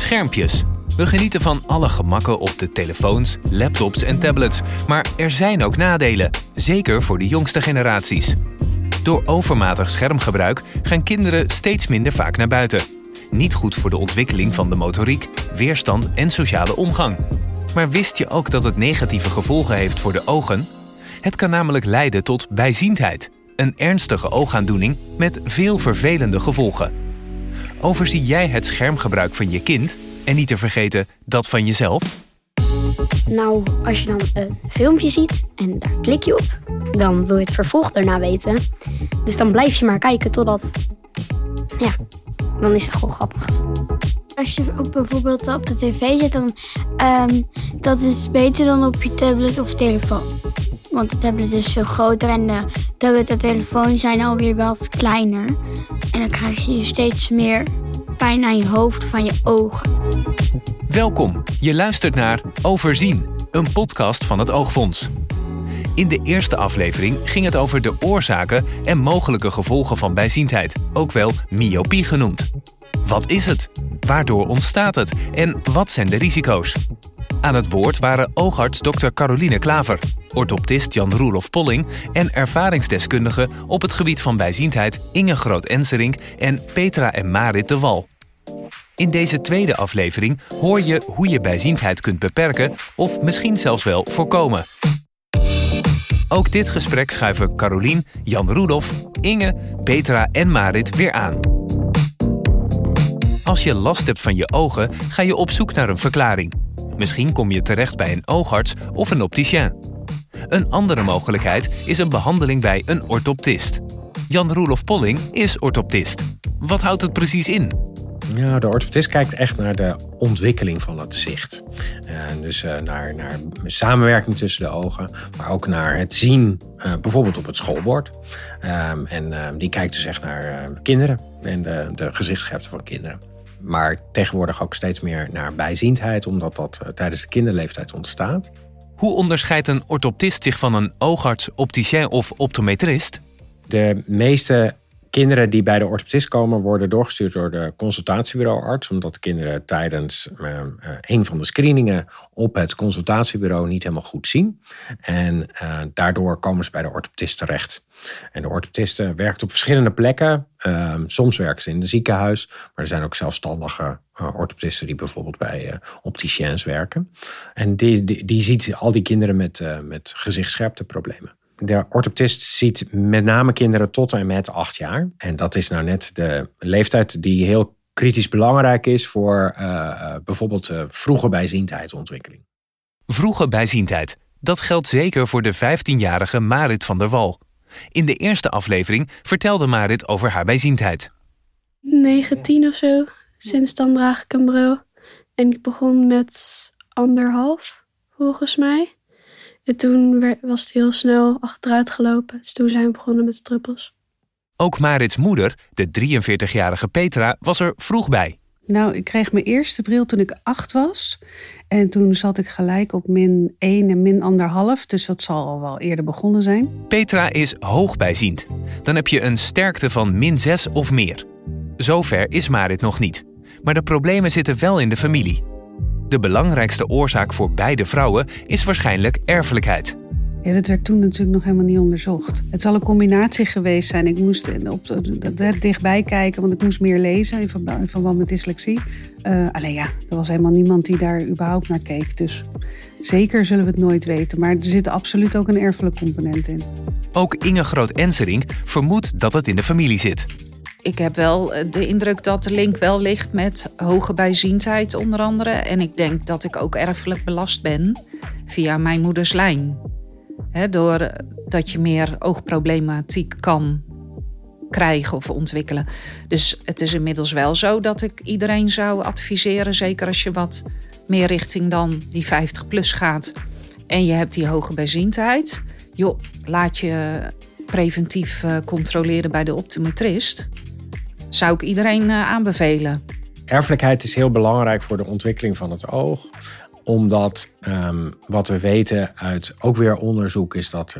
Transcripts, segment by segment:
Schermpjes. We genieten van alle gemakken op de telefoons, laptops en tablets. Maar er zijn ook nadelen, zeker voor de jongste generaties. Door overmatig schermgebruik gaan kinderen steeds minder vaak naar buiten. Niet goed voor de ontwikkeling van de motoriek, weerstand en sociale omgang. Maar wist je ook dat het negatieve gevolgen heeft voor de ogen? Het kan namelijk leiden tot bijziendheid, een ernstige oogaandoening met veel vervelende gevolgen. Overzie jij het schermgebruik van je kind en niet te vergeten dat van jezelf? Nou, als je dan een filmpje ziet en daar klik je op, dan wil je het vervolg daarna weten. Dus dan blijf je maar kijken totdat... Ja, dan is het gewoon grappig. Als je bijvoorbeeld op de tv zit, dan dat is beter dan op je tablet of telefoon. Want de tablet is veel groter en de tablet en telefoon zijn alweer wat kleiner. En dan krijg je steeds meer pijn aan je hoofd van je ogen. Welkom, je luistert naar Overzien, een podcast van het Oogfonds. In de eerste aflevering ging het over de oorzaken en mogelijke gevolgen van bijziendheid, ook wel myopie genoemd. Wat is het? Waardoor ontstaat het? En wat zijn de risico's? Aan het woord waren oogarts Dr. Caroline Klaver, orthoptist Jan-Roelof Polling en ervaringsdeskundigen op het gebied van bijziendheid Inge Groot-Enserink en Petra en Marit de Wal. In deze tweede aflevering hoor je hoe je bijziendheid kunt beperken of misschien zelfs wel voorkomen. Ook dit gesprek schuiven Caroline, Jan-Roelof, Inge, Petra en Marit weer aan. Als je last hebt van je ogen, ga je op zoek naar een verklaring. Misschien kom je terecht bij een oogarts of een opticien. Een andere mogelijkheid is een behandeling bij een orthoptist. Jan-Roelof Polling is orthoptist. Wat houdt het precies in? Ja, de orthoptist kijkt echt naar de ontwikkeling van het zicht. Dus naar samenwerking tussen de ogen, maar ook naar het zien, bijvoorbeeld op het schoolbord. Die kijkt dus echt naar kinderen en de gezichtsscherpte van kinderen. Maar tegenwoordig ook steeds meer naar bijziendheid, omdat dat tijdens de kinderleeftijd ontstaat. Hoe onderscheidt een orthoptist zich van een oogarts, opticien of optometrist? De meeste kinderen die bij de orthoptist komen worden doorgestuurd door de consultatiebureauarts, omdat de kinderen tijdens een van de screeningen op het consultatiebureau niet helemaal goed zien. En daardoor komen ze bij de orthoptist terecht. En de orthoptist werkt op verschillende plekken. Soms werken ze in het ziekenhuis, maar er zijn ook zelfstandige orthoptisten die bijvoorbeeld bij opticiens werken. En die ziet al die kinderen met gezichtsscherpteproblemen. De orthoptist ziet met name kinderen tot en met 8 jaar. En dat is nou net de leeftijd die heel kritisch belangrijk is voor bijvoorbeeld vroege bijziendheidsontwikkeling. Vroege bijziendheid. Dat geldt zeker voor de 15-jarige Marit van der Wal. In de eerste aflevering vertelde Marit over haar bijziendheid. 19 of zo. Sinds dan draag ik een bril. En ik begon met 1,5 volgens mij. En toen was het heel snel achteruit gelopen. Dus toen zijn we begonnen met de druppels. Ook Marits moeder, de 43-jarige Petra, was er vroeg bij. Nou, ik kreeg mijn eerste bril toen ik 8 was. En toen zat ik gelijk op -1 en -1,5. Dus dat zal al wel eerder begonnen zijn. Petra is hoogbijziend. Dan heb je een sterkte van -6 of meer. Zover is Marit nog niet. Maar de problemen zitten wel in de familie. De belangrijkste oorzaak voor beide vrouwen is waarschijnlijk erfelijkheid. Ja, dat werd toen natuurlijk nog helemaal niet onderzocht. Het zal een combinatie geweest zijn. Ik moest dichtbij kijken, want ik moest meer lezen in verband met dyslexie. Alleen ja, er was helemaal niemand die daar überhaupt naar keek. Dus zeker zullen we het nooit weten. Maar er zit absoluut ook een erfelijke component in. Ook Inge Groot-Enserink vermoedt dat het in de familie zit. Ik heb wel de indruk dat de link wel ligt met hoge bijziendheid onder andere. En ik denk dat ik ook erfelijk belast ben via mijn moeders lijn. Doordat je meer oogproblematiek kan krijgen of ontwikkelen. Dus het is inmiddels wel zo dat ik iedereen zou adviseren, zeker als je wat meer richting dan die 50 plus gaat. En je hebt die hoge bijziendheid. Joh, laat je preventief controleren bij de optometrist. Zou ik iedereen aanbevelen. Erfelijkheid is heel belangrijk voor de ontwikkeling van het oog. Omdat wat we weten uit ook weer onderzoek is dat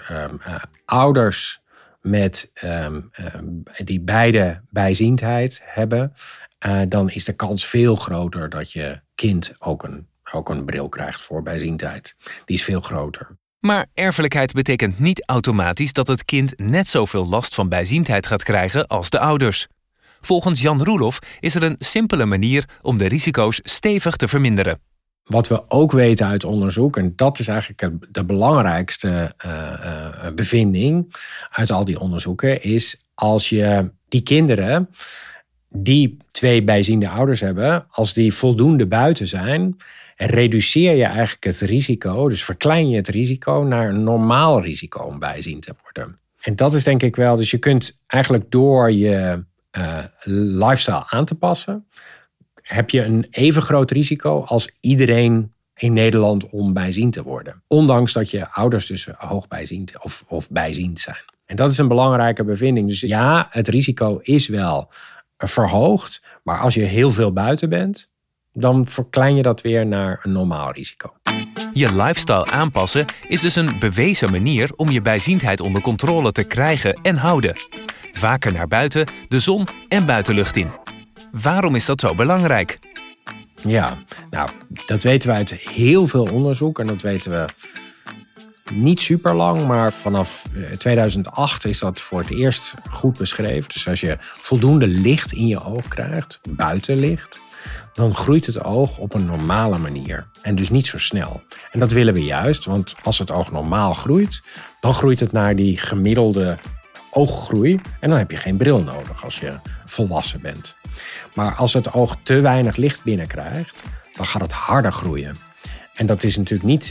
ouders die beide bijziendheid hebben dan is de kans veel groter dat je kind ook een bril krijgt voor bijziendheid. Die is veel groter. Maar erfelijkheid betekent niet automatisch dat het kind net zoveel last van bijziendheid gaat krijgen als de ouders. Volgens Jan Roelof is er een simpele manier om de risico's stevig te verminderen. Wat we ook weten uit onderzoek, en dat is eigenlijk de belangrijkste bevinding uit al die onderzoeken, is als je die kinderen die 2 bijziende ouders hebben, als die voldoende buiten zijn, reduceer je eigenlijk het risico, dus verklein je het risico naar een normaal risico om bijziend te worden. En dat is denk ik wel, dus je kunt eigenlijk door je lifestyle aan te passen, heb je een even groot risico als iedereen in Nederland om bijziend te worden. Ondanks dat je ouders dus hoog bijziend of bijziend zijn. En dat is een belangrijke bevinding. Dus ja, het risico is wel verhoogd, maar als je heel veel buiten bent, dan verklein je dat weer naar een normaal risico. Je lifestyle aanpassen is dus een bewezen manier om je bijziendheid onder controle te krijgen en houden. Vaker naar buiten, de zon en buitenlucht in. Waarom is dat zo belangrijk? Ja, nou, dat weten we uit heel veel onderzoek en dat weten we niet super lang, maar vanaf 2008 is dat voor het eerst goed beschreven. Dus als je voldoende licht in je oog krijgt, buitenlicht, dan groeit het oog op een normale manier. En dus niet zo snel. En dat willen we juist, want als het oog normaal groeit, dan groeit het naar die gemiddelde ooggroei. En dan heb je geen bril nodig als je volwassen bent. Maar als het oog te weinig licht binnenkrijgt, dan gaat het harder groeien. En dat is natuurlijk niet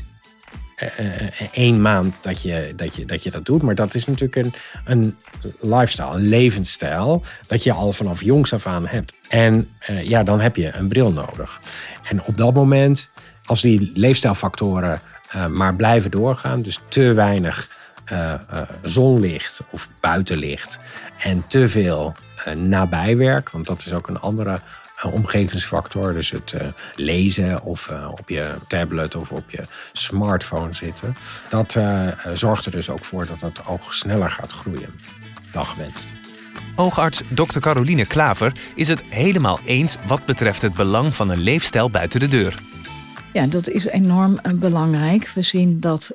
1 maand dat je dat doet. Maar dat is natuurlijk een lifestyle, een levensstijl dat je al vanaf jongs af aan hebt. En dan heb je een bril nodig. En op dat moment, als die leefstijlfactoren maar blijven doorgaan, dus te weinig zonlicht of buitenlicht en te veel nabijwerk, want dat is ook een andere omgevingsfactor, dus het lezen of op je tablet of op je smartphone zitten. Dat zorgt er dus ook voor dat het oog sneller gaat groeien dan gewenst. Oogarts Dr. Caroline Klaver is het helemaal eens wat betreft het belang van een leefstijl buiten de deur. Ja, dat is enorm belangrijk. We zien dat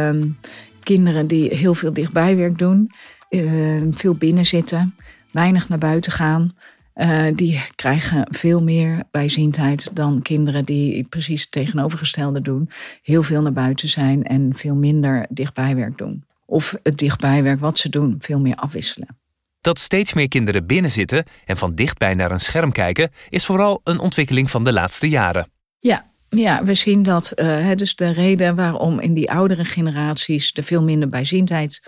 kinderen die heel veel dichtbijwerk doen, veel binnen zitten, weinig naar buiten gaan, die krijgen veel meer bijziendheid dan kinderen die precies het tegenovergestelde doen. Heel veel naar buiten zijn en veel minder dichtbijwerk doen. Of het dichtbijwerk wat ze doen veel meer afwisselen. Dat steeds meer kinderen binnen zitten en van dichtbij naar een scherm kijken is vooral een ontwikkeling van de laatste jaren. Ja, we zien dat dus de reden waarom in die oudere generaties er veel minder bijziendheid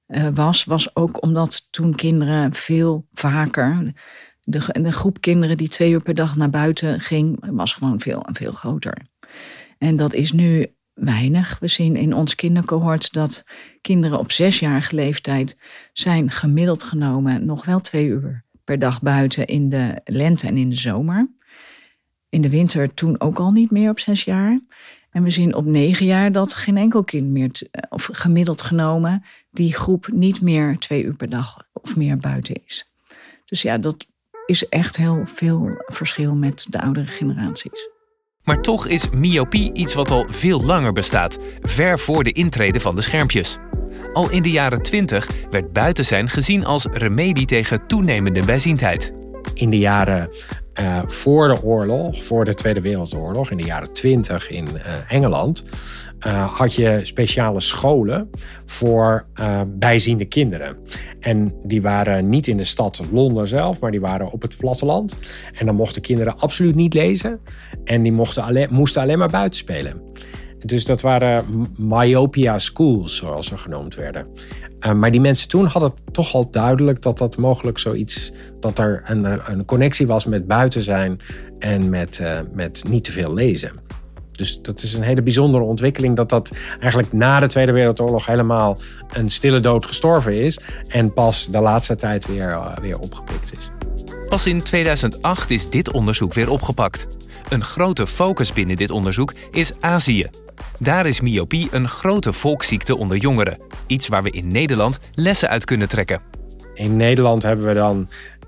was ook omdat toen kinderen veel vaker, de groep kinderen die 2 uur per dag naar buiten ging, was gewoon veel groter. En dat is nu weinig. We zien in ons kindercohort dat kinderen op 6-jarige leeftijd zijn gemiddeld genomen nog wel 2 uur per dag buiten in de lente en in de zomer. In de winter toen ook al niet meer op 6 jaar. En we zien op 9 jaar dat geen enkel kind meer, of gemiddeld genomen, die groep niet meer 2 uur per dag of meer buiten is. Dus ja, dat is echt heel veel verschil met de oudere generaties. Maar toch is myopie iets wat al veel langer bestaat, ver voor de intrede van de schermpjes. Al in de jaren 20 werd buiten zijn gezien als remedie tegen toenemende bijziendheid. In de jaren voor de oorlog, voor de Tweede Wereldoorlog, in de jaren 20 in Engeland, had je speciale scholen voor bijziende kinderen. En die waren niet in de stad Londen zelf, maar die waren op het platteland. En dan mochten kinderen absoluut niet lezen. En die moesten alleen maar buiten spelen. Dus dat waren myopia schools, zoals ze genoemd werden. Maar die mensen toen hadden toch al duidelijk dat mogelijk zoiets, dat er een connectie was met buiten zijn en met niet te veel lezen. Dus dat is een hele bijzondere ontwikkeling, dat eigenlijk na de Tweede Wereldoorlog helemaal een stille dood gestorven is en pas de laatste tijd weer opgepikt is. Pas in 2008 is dit onderzoek weer opgepakt. Een grote focus binnen dit onderzoek is Azië. Daar is myopie een grote volksziekte onder jongeren. Iets waar we in Nederland lessen uit kunnen trekken. In Nederland hebben we dan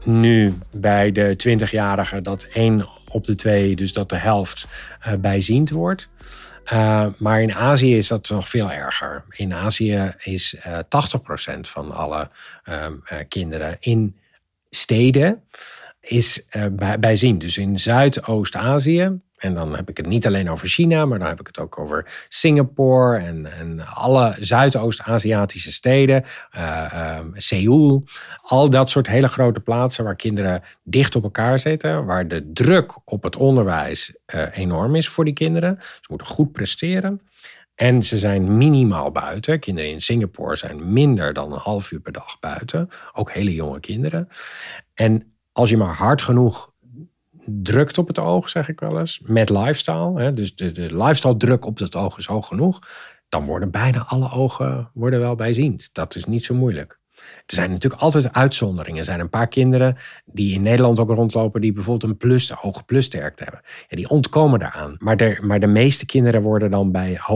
nu bij de 20-jarigen dat 1 op de 2, dus dat de helft bijziend wordt. Maar in Azië is dat nog veel erger. In Azië is 80% van alle kinderen in steden is bijziend. Dus in Zuidoost-Azië. En dan heb ik het niet alleen over China, maar dan heb ik het ook over Singapore en alle Zuidoost-Aziatische steden. Seoul. Al dat soort hele grote plaatsen waar kinderen dicht op elkaar zitten. Waar de druk op het onderwijs enorm is voor die kinderen. Ze moeten goed presteren. En ze zijn minimaal buiten. Kinderen in Singapore zijn minder dan een half uur per dag buiten. Ook hele jonge kinderen. En als je maar hard genoeg drukt op het oog, zeg ik wel eens, met lifestyle. Hè, dus de lifestyle druk op het oog is hoog genoeg. Dan worden bijna alle ogen wel bijziend. Dat is niet zo moeilijk. Er zijn natuurlijk altijd uitzonderingen. Er zijn een paar kinderen die in Nederland ook rondlopen die bijvoorbeeld een hoge plussterkte hebben. Ja, die ontkomen daaraan. Maar de meeste kinderen worden dan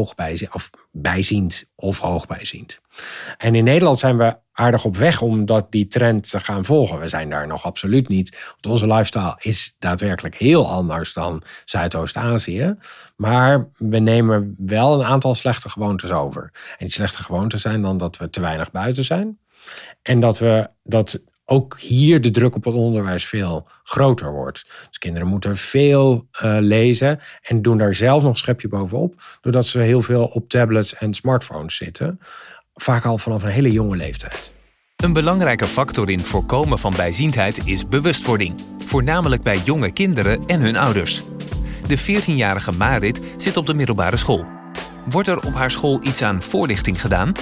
bijziend of hoogbijziend. En in Nederland zijn we aardig op weg om die trend te gaan volgen. We zijn daar nog absoluut niet. Want onze lifestyle is daadwerkelijk heel anders dan Zuidoost-Azië. Maar we nemen wel een aantal slechte gewoontes over. En die slechte gewoontes zijn dan dat we te weinig buiten zijn. En dat ook hier de druk op het onderwijs veel groter wordt. Dus kinderen moeten veel lezen en doen daar zelf nog een schepje bovenop. Doordat ze heel veel op tablets en smartphones zitten. Vaak al vanaf een hele jonge leeftijd. Een belangrijke factor in voorkomen van bijziendheid is bewustwording. Voornamelijk bij jonge kinderen en hun ouders. De 14-jarige Marit zit op de middelbare school. Wordt er op haar school iets aan voorlichting gedaan?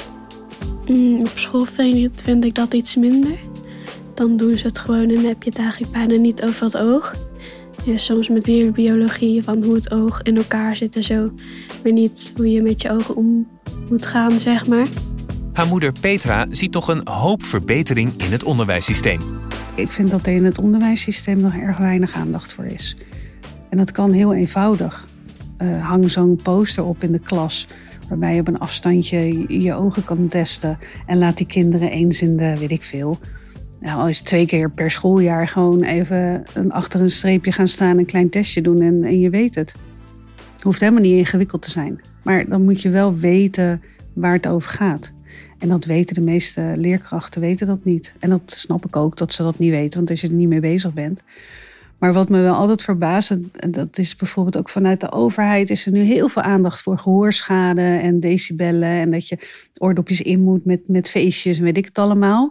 Op school vind ik dat iets minder. Dan doen ze het gewoon en heb je het eigenlijk bijna niet over het oog. Ja, soms met biologie van hoe het oog in elkaar zit en zo. Maar niet hoe je met je ogen om moet gaan, zeg maar. Haar moeder Petra ziet nog een hoop verbetering in het onderwijssysteem. Ik vind dat er in het onderwijssysteem nog erg weinig aandacht voor is. En dat kan heel eenvoudig. Hang zo'n poster op in de klas waarbij je op een afstandje je ogen kan testen. En laat die kinderen eens in de, weet ik veel, nou, al is het 2 keer per schooljaar gewoon even achter een streepje gaan staan, een klein testje doen en je weet het. Het hoeft helemaal niet ingewikkeld te zijn. Maar dan moet je wel weten waar het over gaat. En dat weten de meeste leerkrachten weten dat niet. En dat snap ik ook, dat ze dat niet weten, want als je er niet mee bezig bent. Maar wat me wel altijd verbaast, en dat is bijvoorbeeld ook vanuit de overheid, is er nu heel veel aandacht voor gehoorschade en decibellen. En dat je oordopjes in moet met feestjes en weet ik het allemaal.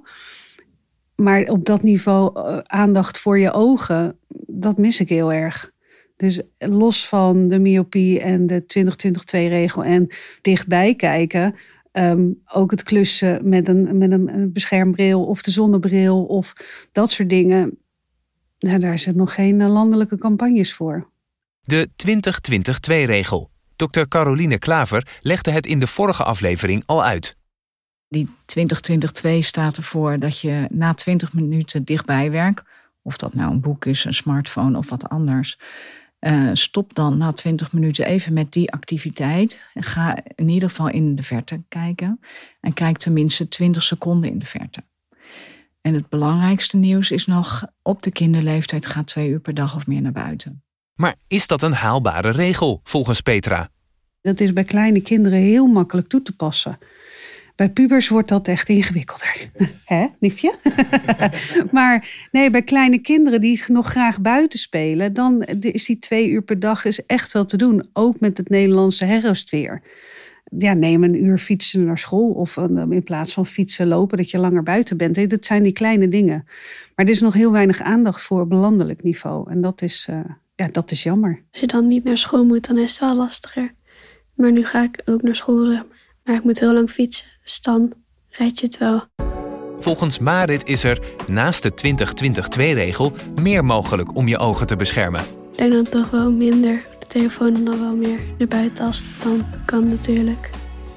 Maar op dat niveau aandacht voor je ogen, dat mis ik heel erg. Dus los van de myopie en de 20-20-2-regel en dichtbij kijken, ook het klussen met een beschermbril of de zonnebril of dat soort dingen. Nou, daar zijn nog geen landelijke campagnes voor. De 20-20-2-regel. Dr. Caroline Klaver legde het in de vorige aflevering al uit. Die 20-20-2 staat ervoor dat je na 20 minuten dichtbij werkt, of dat nou een boek is, een smartphone of wat anders, stop dan na 20 minuten even met die activiteit. En ga in ieder geval in de verte kijken. En kijk tenminste 20 seconden in de verte. En het belangrijkste nieuws is nog, op de kinderleeftijd ga 2 uur per dag of meer naar buiten. Maar is dat een haalbare regel volgens Petra? Dat is bij kleine kinderen heel makkelijk toe te passen. Bij pubers wordt dat echt ingewikkelder. Hè, liefje? Maar nee, bij kleine kinderen die nog graag buiten spelen, dan is die 2 uur per dag is echt wel te doen. Ook met het Nederlandse herfstweer. Ja, neem een uur fietsen naar school of in plaats van fietsen lopen dat je langer buiten bent. Dat zijn die kleine dingen. Maar er is nog heel weinig aandacht voor op landelijk niveau. En dat is jammer. Als je dan niet naar school moet, dan is het wel lastiger. Maar nu ga ik ook naar school, zeg maar ik moet heel lang fietsen. Dus dan red je het wel. Volgens Marit is er naast de 20-20-2-regel meer mogelijk om je ogen te beschermen. Ik denk dan toch wel minder de telefoon en dan wel meer naar buiten als het dan kan natuurlijk.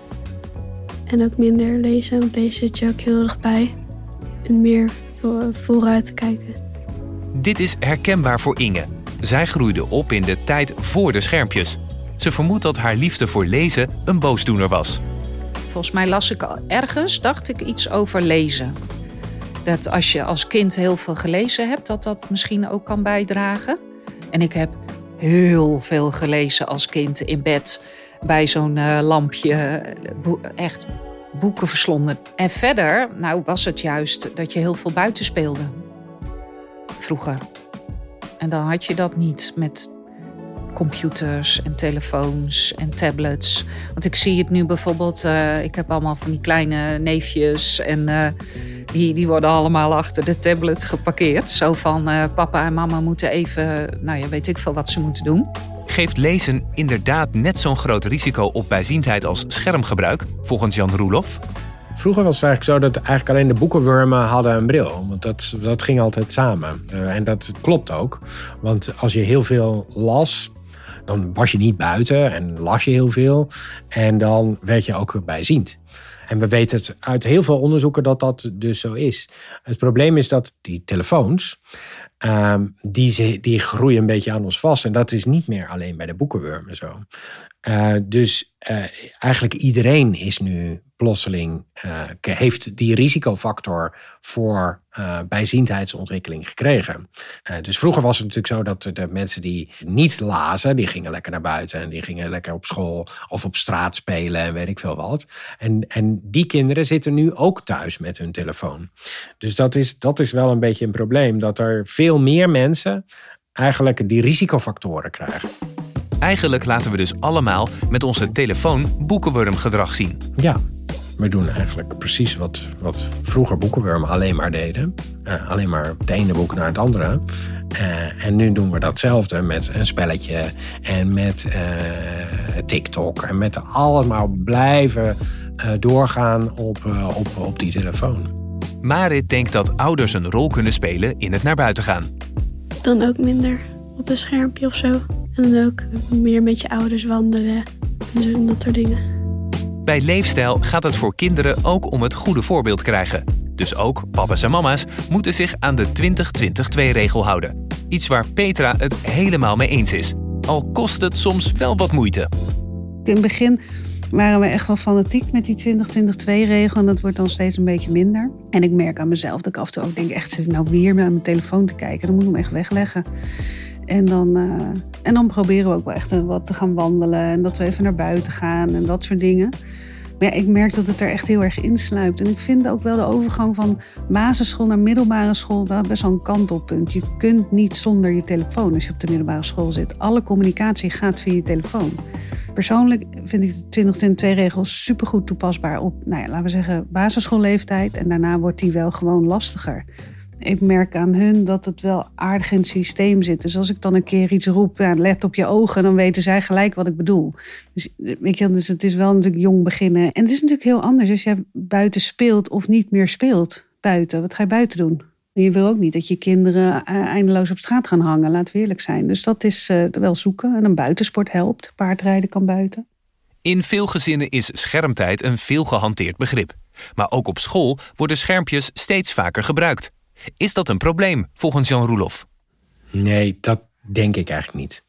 En ook minder lezen, want deze zit je ook heel dichtbij. En meer vooruit kijken. Dit is herkenbaar voor Inge. Zij groeide op in de tijd voor de schermpjes. Ze vermoedt dat haar liefde voor lezen een boosdoener was. Volgens mij las ik al ergens, dacht ik iets over lezen. Dat als je als kind heel veel gelezen hebt, dat misschien ook kan bijdragen. En ik heb heel veel gelezen als kind in bed bij zo'n lampje. Echt boeken verslonden. En verder, was het juist dat je heel veel buiten speelde. Vroeger. En dan had je dat niet met computers en telefoons en tablets. Want ik zie het nu bijvoorbeeld, ik heb allemaal van die kleine neefjes en die worden allemaal achter de tablet geparkeerd. Zo van papa en mama moeten even, weet ik veel wat ze moeten doen. Geeft lezen inderdaad net zo'n groot risico op bijziendheid als schermgebruik, volgens Jan Roelof? Vroeger was het eigenlijk zo dat eigenlijk alleen de boekenwormen hadden een bril. Want dat ging altijd samen. En dat klopt ook. Want als je heel veel las, dan was je niet buiten en las je heel veel. En dan werd je ook bijziend. En we weten het uit heel veel onderzoeken dat dat dus zo is. Het probleem is dat die telefoons, die groeien een beetje aan ons vast. En dat is niet meer alleen bij de boekenwormen zo. Dus eigenlijk iedereen is nu plotseling, heeft die risicofactor voor bijziendheidsontwikkeling gekregen. Dus vroeger was het natuurlijk zo dat de mensen die niet lazen, die gingen lekker naar buiten en die gingen lekker op school of op straat spelen en weet ik veel wat. En die kinderen zitten nu ook thuis met hun telefoon. Dus dat is wel een beetje een probleem, dat er veel meer mensen eigenlijk die risicofactoren krijgen. Eigenlijk laten we dus allemaal met onze telefoon boekenwormgedrag zien. Ja, we doen eigenlijk precies wat vroeger boekenwormen alleen maar deden. Alleen maar het ene boek naar het andere. En nu doen we datzelfde met een spelletje en met TikTok. En met allemaal blijven doorgaan op die telefoon. Marit denkt dat ouders een rol kunnen spelen in het naar buiten gaan. Dan ook minder op een schermpje of zo. En dan ook meer met je ouders wandelen en zo, dat soort dingen. Bij leefstijl gaat het voor kinderen ook om het goede voorbeeld krijgen. Dus ook papa's en mama's moeten zich aan de 20-20-2-regel houden. Iets waar Petra het helemaal mee eens is. Al kost het soms wel wat moeite. In het begin waren we echt wel fanatiek met die 20-20-2-regel. En dat wordt dan steeds een beetje minder. En ik merk aan mezelf dat ik af en toe ook denk, echt zit ik nou weer naar mijn telefoon te kijken. Dan moet ik hem echt wegleggen. En dan proberen we ook wel echt wat te gaan wandelen. En dat we even naar buiten gaan en dat soort dingen. Maar ja, ik merk dat het er echt heel erg insluipt. En ik vind ook wel de overgang van basisschool naar middelbare school wel best wel een kantelpunt. Je kunt niet zonder je telefoon als je op de middelbare school zit. Alle communicatie gaat via je telefoon. Persoonlijk vind ik de 20-20-2-regel supergoed toepasbaar op, laten we zeggen, basisschoolleeftijd. En daarna wordt die wel gewoon lastiger. Ik merk aan hun dat het wel aardig in het systeem zit. Dus als ik dan een keer iets roep, let op je ogen, dan weten zij gelijk wat ik bedoel. Dus het is wel natuurlijk jong beginnen. En het is natuurlijk heel anders als je buiten speelt of niet meer speelt buiten. Wat ga je buiten doen? En je wil ook niet dat je kinderen eindeloos op straat gaan hangen, laten we eerlijk zijn. Dus dat is wel zoeken. En een buitensport helpt. Paardrijden kan buiten. In veel gezinnen is schermtijd een veel gehanteerd begrip. Maar ook op school worden schermpjes steeds vaker gebruikt. Is dat een probleem, volgens Jan Roelof? Nee, dat denk ik eigenlijk niet.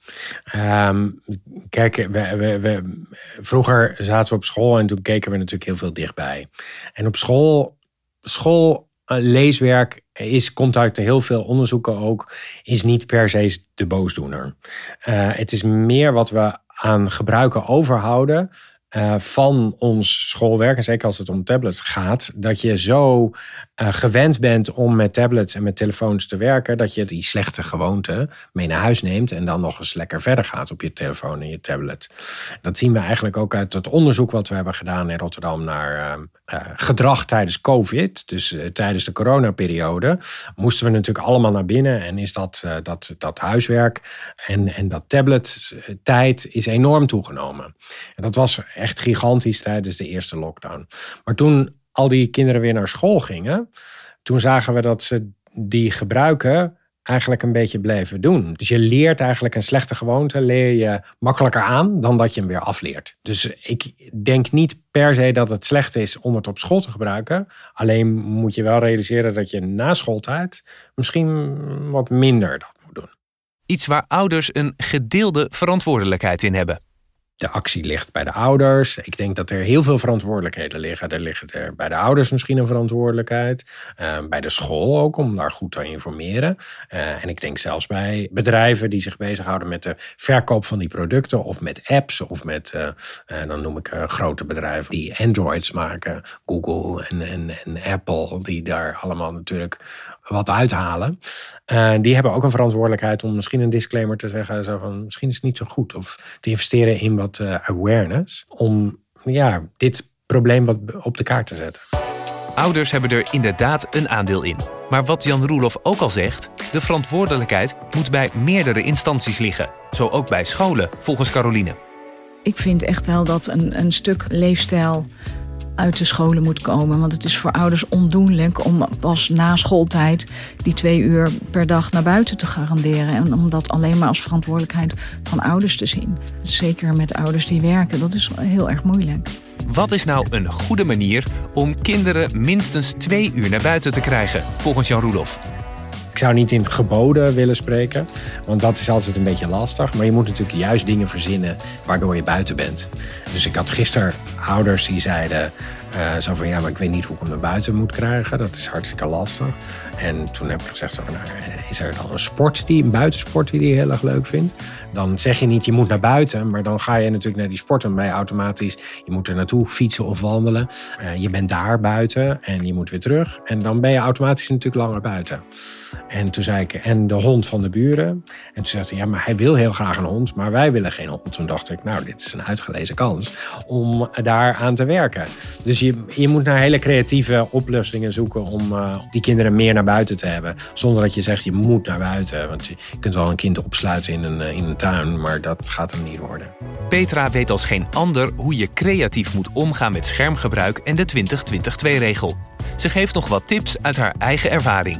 Kijk, vroeger zaten we op school en toen keken we natuurlijk heel veel dichtbij. En op school leeswerk komt uit heel veel onderzoeken ook, is niet per se de boosdoener. Het is meer wat we aan gebruiken overhouden van ons schoolwerk, en zeker als het om tablets gaat, dat je zo gewend bent om met tablets en met telefoons te werken, dat je die slechte gewoonte mee naar huis neemt en dan nog eens lekker verder gaat op je telefoon en je tablet. Dat zien we eigenlijk ook uit het onderzoek wat we hebben gedaan in Rotterdam naar gedrag tijdens COVID. Dus tijdens de coronaperiode moesten we natuurlijk allemaal naar binnen en is dat huiswerk en dat tablettijd is enorm toegenomen. En dat was echt gigantisch tijdens de eerste lockdown. Maar toen al die kinderen weer naar school gingen, toen zagen we dat ze die gebruiken eigenlijk een beetje bleven doen. Dus je leert eigenlijk een slechte gewoonte, leer je makkelijker aan dan dat je hem weer afleert. Dus ik denk niet per se dat het slecht is om het op school te gebruiken. Alleen moet je wel realiseren dat je na schooltijd misschien wat minder dat moet doen. Iets waar ouders een gedeelde verantwoordelijkheid in hebben. De actie ligt bij de ouders. Ik denk dat er heel veel verantwoordelijkheden liggen. Er ligt er bij de ouders misschien een verantwoordelijkheid. Bij de school ook, om daar goed te informeren. En ik denk zelfs bij bedrijven die zich bezighouden met de verkoop van die producten. Of met apps. Of met, dan noem ik grote bedrijven die Androids maken. Google en Apple. Die daar allemaal natuurlijk wat uithalen. Die hebben ook een verantwoordelijkheid om misschien een disclaimer te zeggen. Zo van, misschien is het niet zo goed. Of te investeren in wat awareness. Om dit probleem wat op de kaart te zetten. Ouders hebben er inderdaad een aandeel in. Maar wat Jan Roelof ook al zegt, de verantwoordelijkheid moet bij meerdere instanties liggen. Zo ook bij scholen, volgens Caroline. Ik vind echt wel dat een stuk leefstijl uit de scholen moet komen. Want het is voor ouders ondoenlijk om pas na schooltijd die 2 uur per dag naar buiten te garanderen. En om dat alleen maar als verantwoordelijkheid van ouders te zien. Zeker met ouders die werken, dat is heel erg moeilijk. Wat is nou een goede manier om kinderen minstens 2 uur naar buiten te krijgen, volgens Jan Roelof? Ik zou niet in geboden willen spreken, want dat is altijd een beetje lastig. Maar je moet natuurlijk juist dingen verzinnen waardoor je buiten bent. Dus ik had gisteren ouders die zeiden zo van maar ik weet niet hoe ik hem naar buiten moet krijgen. Dat is hartstikke lastig. En toen heb ik gezegd, is er dan een buitensport die je heel erg leuk vindt? Dan zeg je niet je moet naar buiten, maar dan ga je natuurlijk naar die sport. En ben je automatisch, je moet er naartoe fietsen of wandelen. Je bent daar buiten en je moet weer terug. En dan ben je automatisch natuurlijk langer buiten. En toen zei ik, en de hond van de buren. En toen zei hij, maar hij wil heel graag een hond, maar wij willen geen hond. Toen dacht ik, dit is een uitgelezen kans om daar aan te werken. Dus je moet naar hele creatieve oplossingen zoeken om die kinderen meer naar buiten te hebben. Zonder dat je zegt, je moet naar buiten. Want je kunt wel een kind opsluiten in een tuin, maar dat gaat hem niet worden. Petra weet als geen ander hoe je creatief moet omgaan met schermgebruik en de 20-20-2-regel. Ze geeft nog wat tips uit haar eigen ervaring.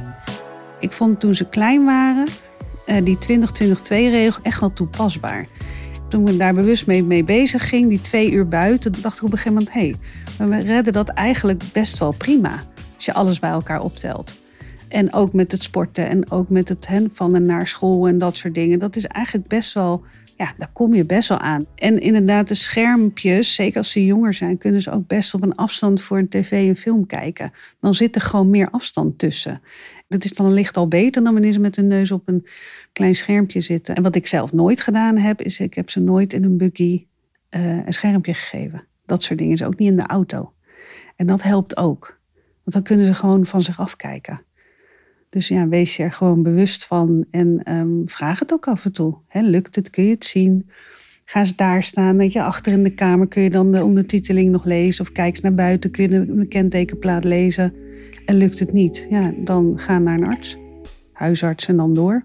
Ik vond toen ze klein waren die 20-20-2-regel echt wel toepasbaar. Toen ik daar bewust mee bezig ging, die 2 uur buiten, dacht ik op een gegeven moment, we redden dat eigenlijk best wel prima. Als je alles bij elkaar optelt. En ook met het sporten en ook met het van en naar school en dat soort dingen. Dat is eigenlijk best wel, daar kom je best wel aan. En inderdaad, de schermpjes, zeker als ze jonger zijn, kunnen ze ook best op een afstand voor een tv en film kijken. Dan zit er gewoon meer afstand tussen. Dat is dan licht al beter dan wanneer ze met hun neus op een klein schermpje zitten. En wat ik zelf nooit gedaan heb, is ik heb ze nooit in een buggy een schermpje gegeven. Dat soort dingen is ook niet in de auto. En dat helpt ook. Want dan kunnen ze gewoon van zich afkijken. Dus wees je er gewoon bewust van en vraag het ook af en toe. Lukt het? Kun je het zien? Ga eens daar staan, achter in de kamer kun je dan de ondertiteling nog lezen. Of kijk eens naar buiten, kun je de kentekenplaat lezen. En lukt het niet, dan ga naar een arts, huisarts en dan door.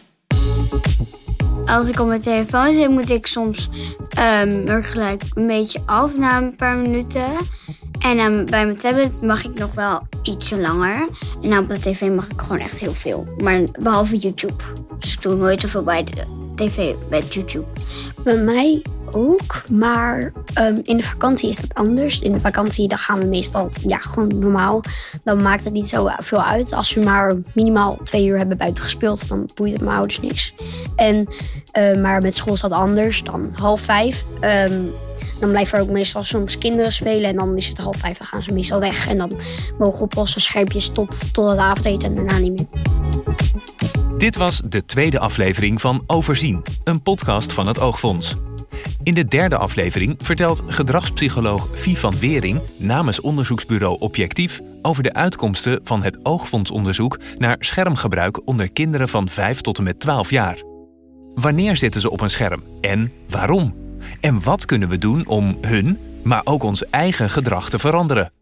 Als ik op mijn telefoon zit, moet ik soms er gelijk een beetje af na een paar minuten. En bij mijn tablet mag ik nog wel ietsje langer. En op de tv mag ik gewoon echt heel veel. Maar behalve YouTube. Dus ik doe nooit zoveel bij de tv, bij YouTube. Bij mij ook, maar in de vakantie is dat anders. In de vakantie dan gaan we meestal gewoon normaal. Dan maakt het niet zo veel uit. Als we maar minimaal 2 uur hebben buiten gespeeld, dan boeit het mijn ouders niks. Maar met school is dat anders. Dan 4:30. Dan blijven er ook meestal soms kinderen spelen. En dan is het 4:30 en gaan ze meestal weg. En dan mogen we op onze schermpjes tot het avondeten en daarna niet meer. Dit was de 2e aflevering van Overzien, een podcast van het Oogfonds. In de 3e aflevering vertelt gedragspsycholoog Vie van Wering namens onderzoeksbureau Objectief over de uitkomsten van het Oogfondsonderzoek naar schermgebruik onder kinderen van 5 tot en met 12 jaar. Wanneer zitten ze op een scherm en waarom? En wat kunnen we doen om hun, maar ook ons eigen gedrag te veranderen?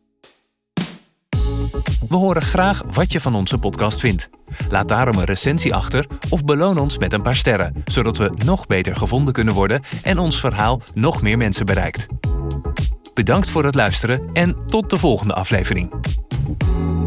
We horen graag wat je van onze podcast vindt. Laat daarom een recensie achter of beloon ons met een paar sterren, zodat we nog beter gevonden kunnen worden en ons verhaal nog meer mensen bereikt. Bedankt voor het luisteren en tot de volgende aflevering.